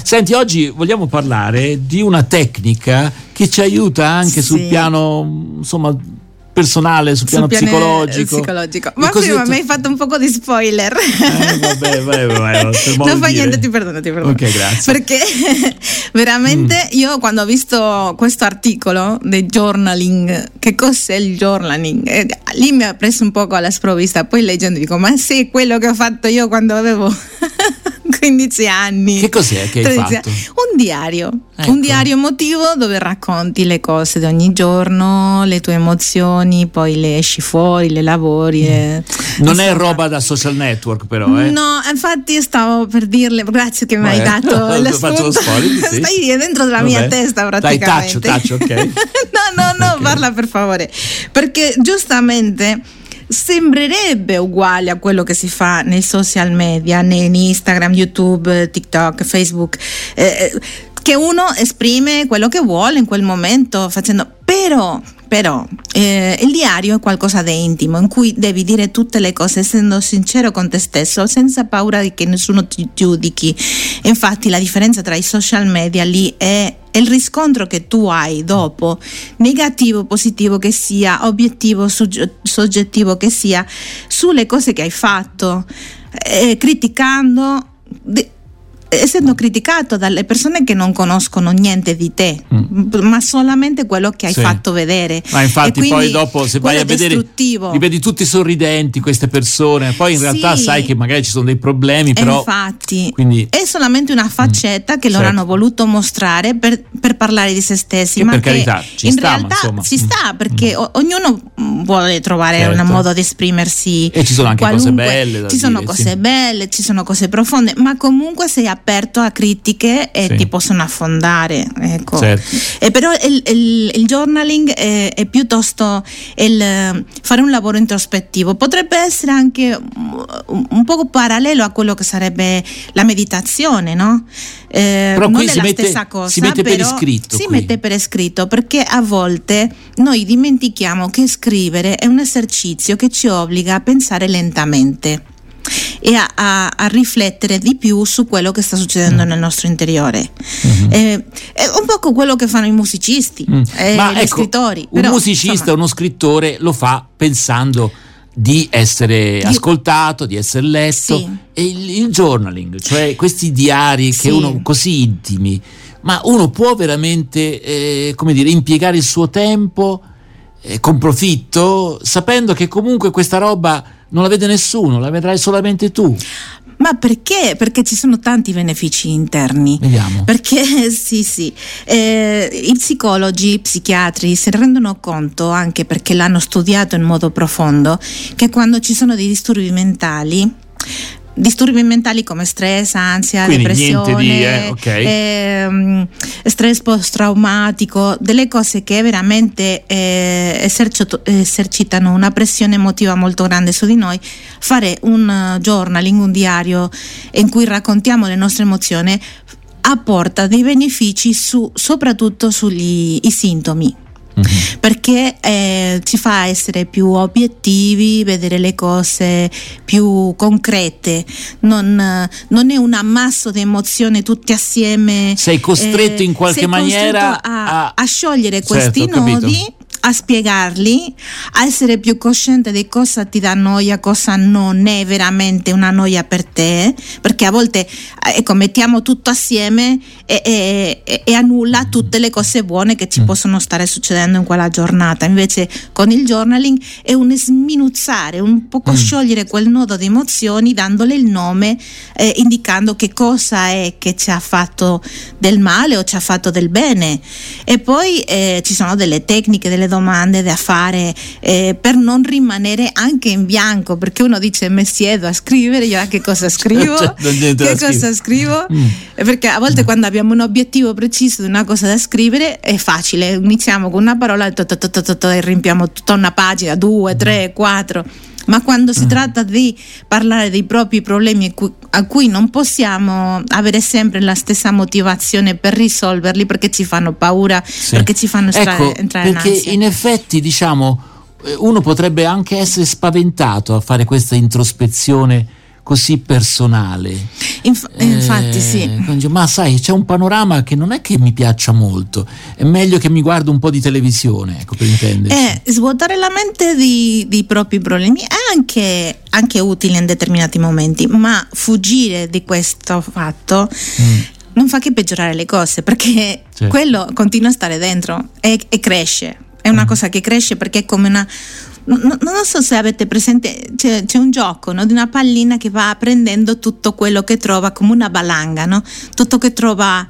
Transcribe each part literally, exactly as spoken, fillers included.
Senti, oggi vogliamo parlare di una tecnica che ci aiuta anche sì. sul piano, insomma, personale, sul piano sul psicologico. psicologico. Ma prima mi hai fatto un poco di spoiler. Eh, vabbè, vai, vai, vai, non fa niente, ti perdono, ti perdono. Ok, grazie. Perché veramente mm. io quando ho visto questo articolo del journaling, che cos'è il journaling? Eh, lì mi ha preso un poco alla sprovvista, poi leggendo dico, ma sì, è quello che ho fatto io quando avevo quindici anni. Che cos'è che hai fatto? Un diario. Ecco. Un diario emotivo dove racconti le cose di ogni giorno, le tue emozioni, poi le esci fuori, le lavori. E, non insomma, è roba da social network, però. Eh? No, infatti stavo per dirle, grazie che mi hai dato lo spunto. Lo spoiler, sì. Stai dentro la mia Vabbè. testa praticamente. Dai, taccio, taccio, ok. no, no, no, okay. Parla per favore. Perché giustamente sembrerebbe uguale a quello che si fa nei social media, in Instagram, YouTube, TikTok, Facebook, eh, che uno esprime quello che vuole in quel momento facendo, però però eh, il diario è qualcosa di intimo in cui devi dire tutte le cose essendo sincero con te stesso, senza paura di che nessuno ti giudichi. Infatti la differenza tra i social media lì è il riscontro che tu hai dopo, negativo, positivo che sia, obiettivo, sogge- soggettivo che sia, sulle cose che hai fatto, eh, criticando, de- essendo criticato dalle persone che non conoscono niente di te, mm. ma solamente quello che hai sì. fatto vedere. Ma infatti poi dopo se vai a vedere li vedi tutti sorridenti queste persone, poi in sì. realtà sai che magari ci sono dei problemi, però infatti quindi è solamente una faccetta mm. che loro certo. hanno voluto mostrare per, per parlare di se stessi, che ma per che carità ci in sta, realtà insomma. ci sta perché mm. o- ognuno vuole trovare certo. un modo di esprimersi e ci sono anche qualunque. cose belle da ci sono dire, cose sì. belle, ci sono cose profonde, ma comunque sei aperto a critiche e sì. ti possono affondare, ecco. Certo. E però il, il, il journaling è, è piuttosto il fare un lavoro introspettivo, potrebbe essere anche un, un poco parallelo a quello che sarebbe la meditazione, no? Eh, però non qui è si la mette, stessa cosa, si mette però per iscritto si qui. mette per iscritto perché a volte noi dimentichiamo che scrivere è un esercizio che ci obbliga a pensare lentamente e a, a, a riflettere di più su quello che sta succedendo mm. nel nostro interiore. Mm-hmm. Eh, è un po' quello che fanno i musicisti, mm. eh, Ma gli ecco, scrittori. Un però, musicista, insomma, uno scrittore lo fa pensando di essere ascoltato, di essere letto. Sì. E il, il journaling, cioè questi diari sì. che uno così intimi, ma uno può veramente eh, come dire, impiegare il suo tempo eh, con profitto, sapendo che comunque questa roba non la vede nessuno, la vedrai solamente tu. Ma perché? Perché ci sono tanti benefici interni. Vediamo. Perché sì, sì. Eh, i psicologi, i psichiatri si rendono conto, anche perché l'hanno studiato in modo profondo, che quando ci sono dei disturbi mentali, disturbi mentali come stress, ansia, quindi depressione, di, eh, okay. ehm, stress post-traumatico, delle cose che veramente eh, esercito, esercitano una pressione emotiva molto grande su di noi. Fare un journaling, un diario in cui raccontiamo le nostre emozioni apporta dei benefici su, soprattutto sugli i sintomi. Mm-hmm. Perché eh, ci fa essere più obiettivi, vedere le cose più concrete, non, non è un ammasso di emozioni tutte assieme. Sei costretto eh, in qualche maniera a, a... a sciogliere certo, questi nodi, capito. A spiegarli, a essere più cosciente di cosa ti dà noia, cosa non è veramente una noia per te, perché a volte ecco, mettiamo tutto assieme e, e, e annulla tutte le cose buone che ci mm. possono stare succedendo in quella giornata. Invece con il journaling è un sminuzzare, un poco mm. sciogliere quel nodo di emozioni, dandole il nome, eh, indicando che cosa è che ci ha fatto del male o ci ha fatto del bene. E poi eh, ci sono delle tecniche, delle domande da fare eh, per non rimanere anche in bianco, perché uno dice mi siedo a scrivere, io che cosa scrivo, che cosa scrivo, mm. perché a volte mm. quando abbiamo un obiettivo preciso di una cosa da scrivere è facile, iniziamo con una parola e riempiamo tutta una pagina, due, tre, quattro. Ma quando si mm. tratta di parlare dei propri problemi a cui non possiamo avere sempre la stessa motivazione per risolverli, perché ci fanno paura, sì. perché ci fanno strare, ecco, entrare in ansia. Perché in effetti, diciamo, uno potrebbe anche essere spaventato a fare questa introspezione così personale. Inf- eh, infatti sì. Ma sai, c'è un panorama che non è che mi piaccia molto, è meglio che mi guardo un po' di televisione, ecco, per intenderci. Eh, svuotare la mente di, di propri problemi è anche, anche utile in determinati momenti, ma fuggire di questo fatto mm. non fa che peggiorare le cose, perché certo. quello continua a stare dentro e, e cresce, è una mm. cosa che cresce, perché è come una... Non, non so se avete presente, c'è, c'è un gioco, no? Di una pallina che va prendendo tutto quello che trova, come una valanga, no? Tutto che trova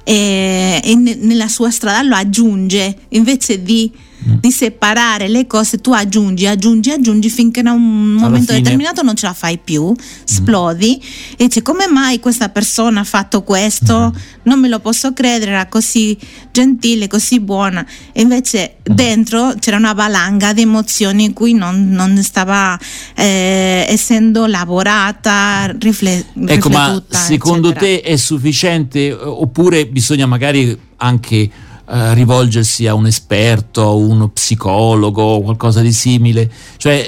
eh, in, nella sua strada lo aggiunge, invece di, mm. di separare le cose tu aggiungi, aggiungi, aggiungi finché in un Alla momento fine. determinato non ce la fai più, esplodi mm. e dici: come mai questa persona ha fatto questo? Mm. Non me lo posso credere, era così gentile, così buona, e invece mm. dentro c'era una valanga di emozioni in cui non, non stava eh, essendo lavorata, rifle- ecco, riflettuta. Ma secondo eccetera. te è sufficiente, oppure bisogna magari anche Uh, rivolgersi a un esperto, a uno psicologo, qualcosa di simile? Cioè,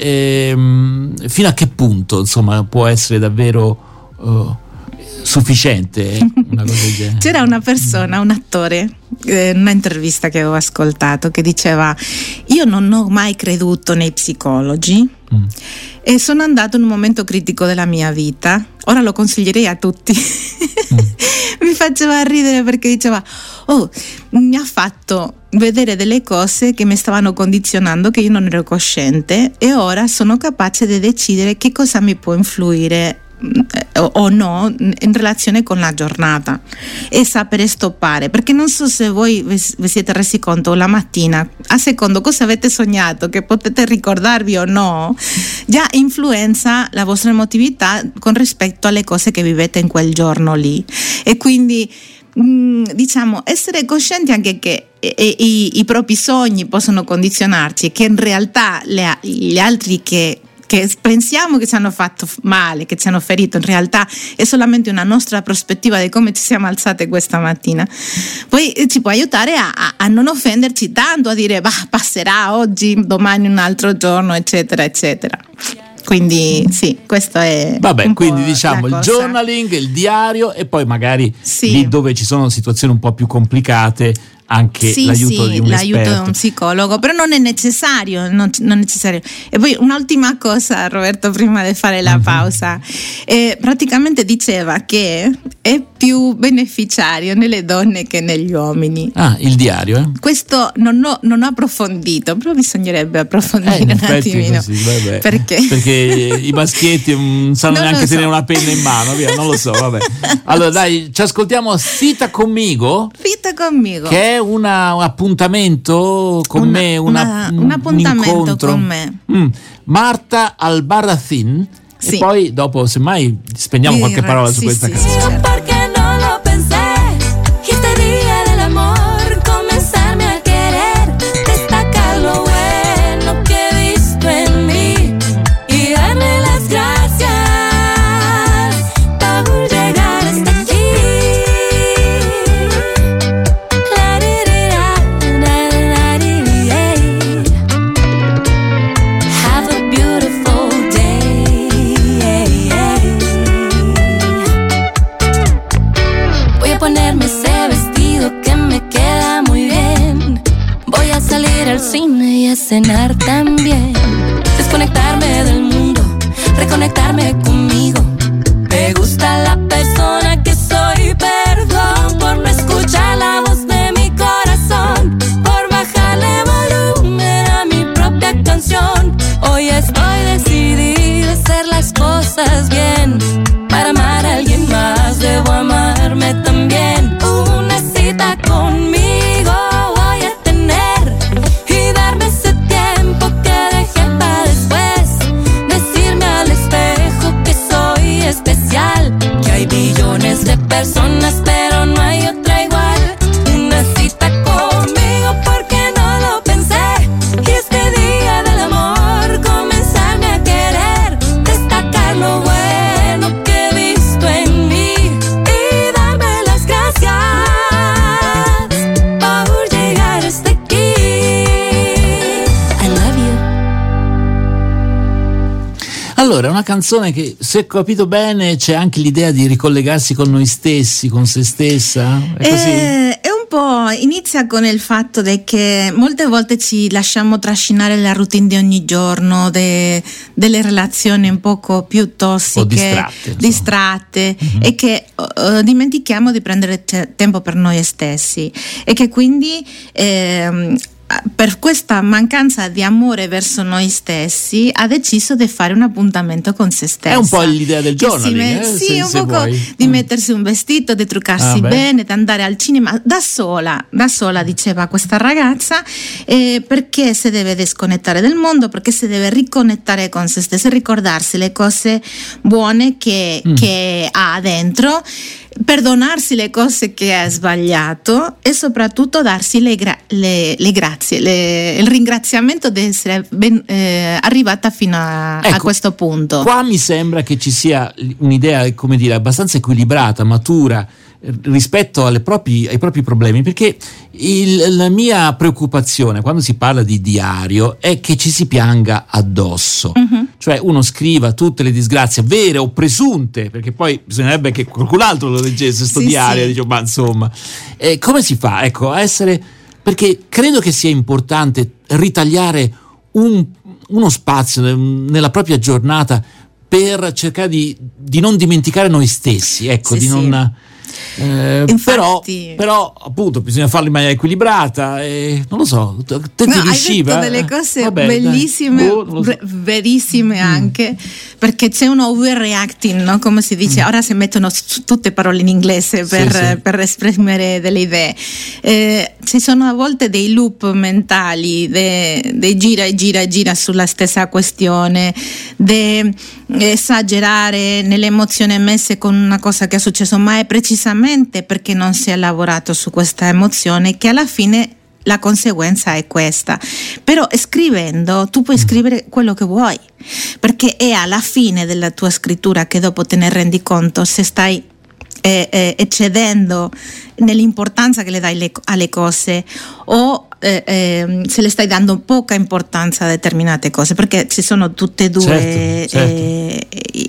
ehm, fino a che punto, insomma, può essere davvero uh, sufficiente una cosa del genere? C'era una persona, un attore, in una intervista che avevo ascoltato, che diceva: io non ho mai creduto nei psicologi mm. e sono andato in un momento critico della mia vita, ora lo consiglierei a tutti. mm. Mi faceva ridere perché diceva: oh, mi ha fatto vedere delle cose che mi stavano condizionando, che io non ero cosciente, e ora sono capace di decidere che cosa mi può influire o, o no in relazione con la giornata, e sapere stoppare, perché non so se voi vi, vi siete resi conto la mattina, a secondo cosa avete sognato, che potete ricordarvi o no, già influenza la vostra emotività con rispetto alle cose che vivete in quel giorno lì. E quindi mh, diciamo essere coscienti anche che e, e, i, i propri sogni possono condizionarci, e che in realtà le, gli altri che che pensiamo che ci hanno fatto male, che ci hanno ferito, in realtà è solamente una nostra prospettiva di come ci siamo alzate questa mattina. Poi ci può aiutare a, a, a non offenderci tanto, a dire: bah, passerà oggi, domani un altro giorno, eccetera, eccetera. Quindi sì, questo è vabbè, un quindi po' diciamo il journaling, il diario, e poi magari sì. lì dove ci sono situazioni un po' più complicate anche sì, l'aiuto sì, di un l'aiuto esperto. di un psicologo, però non è necessario, non, non è necessario. E poi un'ultima cosa, Roberto, prima di fare la pausa, eh, praticamente diceva che è più beneficiario nelle donne che negli uomini. Ah, il diario, eh? Questo non ho, non ho approfondito, però bisognerebbe approfondire eh, in un effetti attimino. Così, vabbè. Perché? Perché i maschietti non sanno non neanche so. tenere una penna in mano, via, non lo so, vabbè. Allora dai, ci ascoltiamo Fita conmigo. Fita conmigo. Che è una, un appuntamento con una, me, una, una, un appuntamento un con me. Mm. Marta Albarracín. Sì. E poi dopo, semmai, spendiamo Dirà, qualche parola sì, su questa sì, canzone. sì, certo. Porque no lo pensé, y este día del amor comenzarme a querer, destacar lo bueno que he visto en mí y darle las gracias por llegar hasta aquí. Have a beautiful day. Voy a ponerme ese vestido que me queda muy bien. Voy a salir al cine y a cenar también. Desconectarme del mundo, reconectarme conmigo. Me gusta la persona que soy, perdón por no escuchar la voz de mi corazón, por bajarle volumen a mi propia canción. Hoy estoy decidida a hacer las cosas bien. Para amar a alguien más debo amarme también. Una cita conmigo voy a tener y darme ese tiempo que dejé para después. Decirme al espejo que soy especial, que hay brillo Allora, è una canzone che, se ho capito bene, c'è anche l'idea di ricollegarsi con noi stessi, con se stessa? È così? Eh, è un po', inizia con il fatto de che molte volte ci lasciamo trascinare la routine di ogni giorno, de, delle relazioni un poco più tossiche, o distratte, distratte mm-hmm. e che uh, dimentichiamo di prendere te- tempo per noi stessi, e che quindi ehm, per questa mancanza di amore verso noi stessi ha deciso di fare un appuntamento con se stessa. È un po' l'idea del journaling, me- eh, sì, se, un se po' vuoi. di mm. mettersi un vestito, di truccarsi Ah, bene, di andare al cinema da sola, da sola diceva questa ragazza, eh, perché si deve disconnettare dal mondo, perché si deve riconnettare con se stessa e ricordarsi le cose buone che, mm. che ha dentro, perdonarsi le cose che ha sbagliato e soprattutto darsi le, gra- le, le grazie, le, il ringraziamento di essere ben, eh, arrivata fino a, ecco, a questo punto. Qua mi sembra che ci sia un'idea, come dire, abbastanza equilibrata, matura rispetto alle propri, ai propri problemi, perché il, la mia preoccupazione quando si parla di diario è che ci si pianga addosso, uh-huh. cioè uno scriva tutte le disgrazie vere o presunte, perché poi bisognerebbe che qualcun altro lo leggesse sto sì, diario sì. e dice, ma insomma, eh, come si fa, ecco, a essere, perché credo che sia importante ritagliare un, uno spazio nella propria giornata per cercare di, di non dimenticare noi stessi, ecco, sì, di sì. non Eh, Infatti, però, però appunto bisogna farlo in maniera equilibrata e non lo so, te ti no, riusciva? hai detto delle cose Vabbè, bellissime, boh, non lo so. ver- verissime Mm. anche, perché c'è un overreacting, no? Come si dice, Mm. ora si mettono s- tutte parole in inglese per, Sì, sì. per esprimere delle idee, eh, ci sono a volte dei loop mentali, dei de gira e gira e gira sulla stessa questione, de esagerare nelle emozioni emesse con una cosa che è successo, ma è precisamente perché non si è lavorato su questa emozione che alla fine la conseguenza è questa. Però scrivendo tu puoi scrivere quello che vuoi, perché è alla fine della tua scrittura che dopo te ne rendi conto se stai eh, eh, eccedendo nell'importanza che le dai le, alle cose o eh, eh, se le stai dando poca importanza a determinate cose, perché ci sono tutte e due certo, certo. Eh,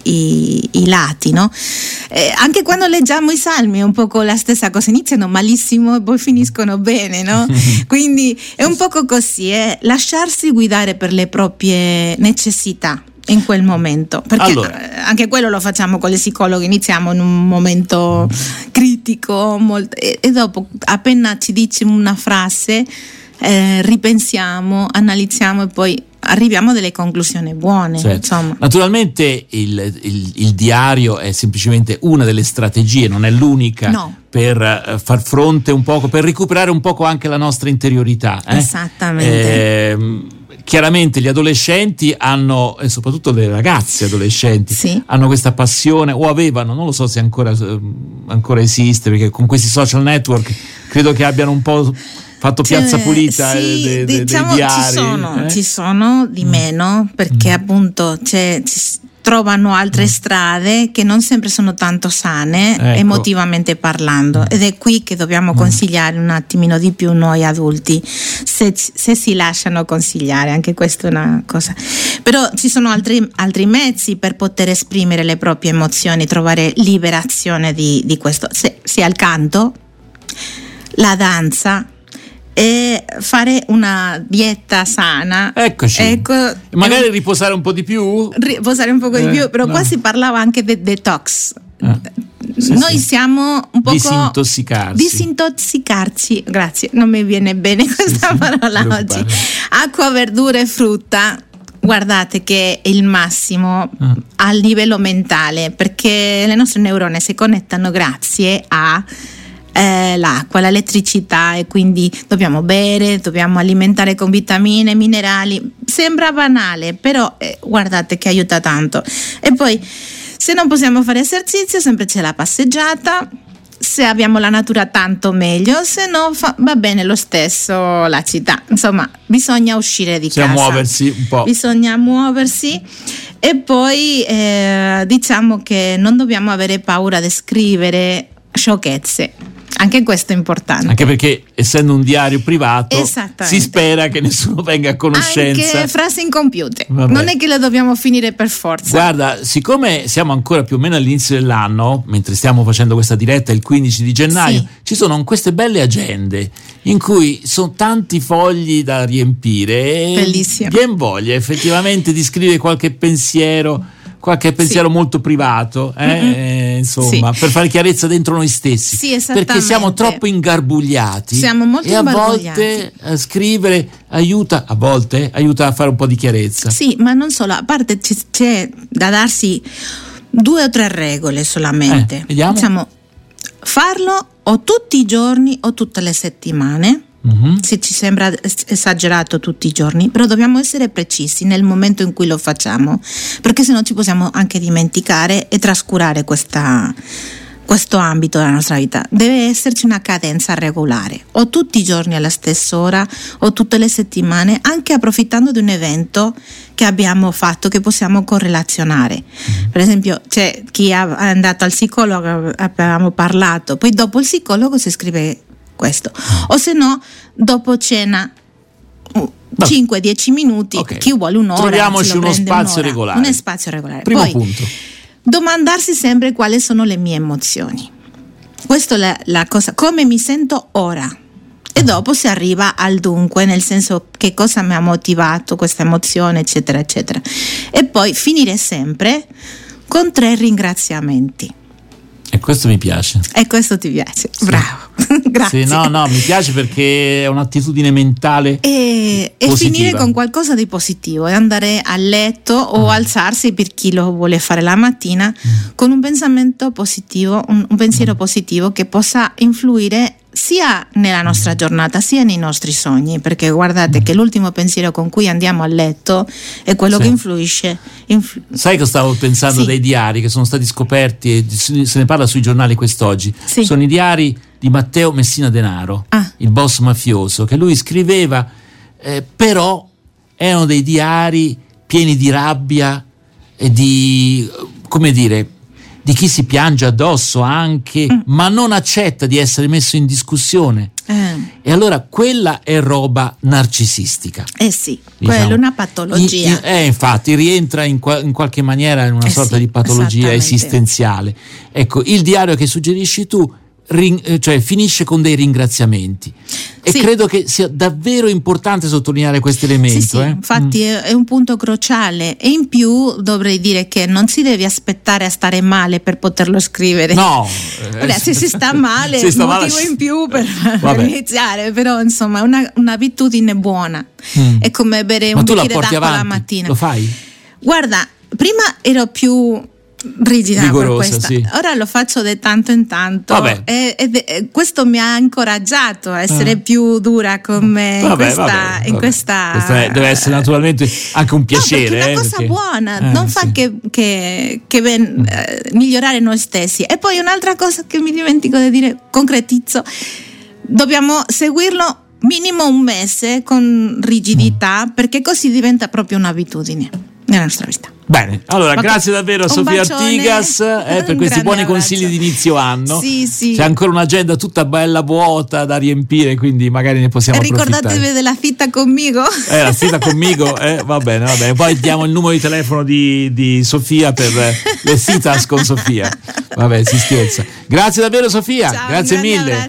i, i lati, no? Eh, anche quando leggiamo i salmi è un po' la stessa cosa, iniziano malissimo e poi finiscono bene, no? Quindi è un poco così, eh? Lasciarsi guidare per le proprie necessità in quel momento, perché allora. anche quello lo facciamo con le psicologhe, iniziamo in un momento critico molto, e, e dopo appena ci dici una frase eh, ripensiamo, analizziamo e poi arriviamo a delle conclusioni buone, certo. insomma. Naturalmente il, il, il diario è semplicemente una delle strategie, non è l'unica, no. per uh, far fronte un poco, per recuperare un poco anche la nostra interiorità, eh? Esattamente. Eh, chiaramente gli adolescenti hanno, e soprattutto le ragazze adolescenti, sì. hanno questa passione, o avevano, non lo so se ancora, ancora esiste, perché con questi social network credo che abbiano un po' fatto piazza pulita, sì, de, de, diciamo, dei diari. Ci sono, eh? ci sono di meno, perché mm. appunto c'è, ci trovano altre mm. strade che non sempre sono tanto sane, ecco. emotivamente parlando, mm. ed è qui che dobbiamo consigliare un attimino di più noi adulti, se, se si lasciano consigliare, anche questa è una cosa. Però ci sono altri, altri mezzi per poter esprimere le proprie emozioni, trovare liberazione di, di questo, se, sia il canto, la danza, e fare una dieta sana. Eccoci. Ecco, magari riposare un po' di più. Riposare un po' eh, di più, però no. qua si parlava anche di detox. Eh, sì, Noi sì. siamo un po' disintossicarsi. Disintossicarci, grazie, non mi viene bene questa sì, parola sì, oggi. Acqua, verdura e frutta. Guardate che è il massimo mm. a livello mentale, perché le nostre neuroni si connettano grazie a Eh, l'acqua, l'elettricità, e quindi dobbiamo bere, dobbiamo alimentare con vitamine, minerali. Sembra banale, però eh, guardate che aiuta tanto. E poi se non possiamo fare esercizio sempre c'è la passeggiata, se abbiamo la natura tanto meglio, se no fa, va bene lo stesso la città, insomma bisogna uscire di bisogna casa, muoversi un po', bisogna muoversi. E poi eh, diciamo che non dobbiamo avere paura di scrivere sciocchezze. Anche questo è importante. Anche perché, essendo un diario privato, si spera che nessuno venga a conoscenza. Anche frasi incompiute. Vabbè. Non è che le dobbiamo finire per forza. Guarda, siccome siamo ancora più o meno all'inizio dell'anno, mentre stiamo facendo questa diretta il quindici di gennaio, sì. ci sono queste belle agende in cui sono tanti fogli da riempire. Bellissimo. Viene voglia effettivamente di scrivere qualche pensiero. Qualche pensiero sì. molto privato, eh? Mm-hmm. eh, insomma, sì. per fare chiarezza dentro noi stessi. Sì, esattamente. Perché siamo troppo ingarbugliati. Siamo molto e a ingarbugliati. volte a scrivere aiuta, a volte aiuta a fare un po' di chiarezza. Sì, ma non solo, a parte c- c'è da darsi due o tre regole solamente. Eh, vediamo. Diciamo, farlo o tutti i giorni o tutte le settimane. Mm-hmm. Se ci sembra esagerato tutti i giorni, però dobbiamo essere precisi nel momento in cui lo facciamo, perché sennò ci possiamo anche dimenticare e trascurare questa, questo ambito della nostra vita. Deve esserci una cadenza regolare, o tutti i giorni alla stessa ora o tutte le settimane, anche approfittando di un evento che abbiamo fatto, che possiamo correlazionare. Mm-hmm. Per esempio c'è chi è andato al psicologo, avevamo parlato, poi dopo il psicologo si scrive questo, o se no dopo cena cinque dieci minuti, okay. chi vuole un'ora, troviamoci uno spazio un'ora, regolare uno spazio regolare. Primo Poi punto, domandarsi sempre quali sono le mie emozioni, questa è la, la cosa, come mi sento ora, e dopo si arriva al dunque, nel senso che cosa mi ha motivato questa emozione, eccetera eccetera, e poi finire sempre con tre ringraziamenti. E questo mi piace. E questo ti piace, sì. Bravo, grazie. Sì, no, no, mi piace perché è un'attitudine mentale e, e finire con qualcosa di positivo e andare a letto o ah. alzarsi, per chi lo vuole fare la mattina, mm. con un pensamento positivo, un, un pensiero mm. positivo che possa influire sia nella nostra giornata sia nei nostri sogni, perché guardate mm. che l'ultimo pensiero con cui andiamo a letto è quello sì. che influisce influ- sai che stavo pensando sì. dei diari che sono stati scoperti e se ne parla sui giornali quest'oggi, sì. sono i diari di Matteo Messina Denaro, ah. il boss mafioso, che lui scriveva, eh, però erano dei diari pieni di rabbia e di, come dire, di chi si piange addosso anche, mm. ma non accetta di essere messo in discussione. Eh. E allora quella è roba narcisistica. Eh sì, diciamo. Quella è una patologia. I, eh, infatti rientra in, qua, in qualche maniera in una eh sorta sì, di patologia esistenziale. Ecco, il diario che suggerisci tu rin, cioè, finisce con dei ringraziamenti. E sì. credo che sia davvero importante sottolineare questo elemento. Sì, sì, eh? infatti mm. è un punto cruciale, e in più dovrei dire che non si deve aspettare a stare male per poterlo scrivere. No, Vabbè, se si sta male è un motivo male. in più per, per iniziare, però insomma è una, un'abitudine buona. Mm. È come bere Ma un tu bicchiere la porti d'acqua avanti? la mattina. Lo fai? Guarda, prima ero più rigida rigorosa, per questa. Sì. Ora lo faccio di tanto in tanto e, e, e questo mi ha incoraggiato a essere eh. più dura con me vabbè, in questa, vabbè, in questa... questa è, deve essere naturalmente anche un piacere. No, perché è una eh, cosa perché... buona, eh, non sì. fa che, che, che ben, eh, migliorare noi stessi. E poi un'altra cosa che mi dimentico di dire, concretizzo, dobbiamo seguirlo minimo un mese con rigidità, mm. perché così diventa proprio un'abitudine nella nostra vita. Bene, allora okay. grazie davvero a Sofia Artigas eh, per questi buoni abbraccio. consigli di inizio anno. Sì, sì. C'è ancora un'agenda tutta bella vuota da riempire, quindi magari ne possiamo e approfittare. Ricordatevi della fitta conmigo. Eh, la fitta conmigo, eh, va bene, va bene. Poi diamo il numero di telefono di, di Sofia per le fitas con Sofia. Vabbè, si scherza. Grazie davvero Sofia, Ciao, grazie mille. Abbraccio.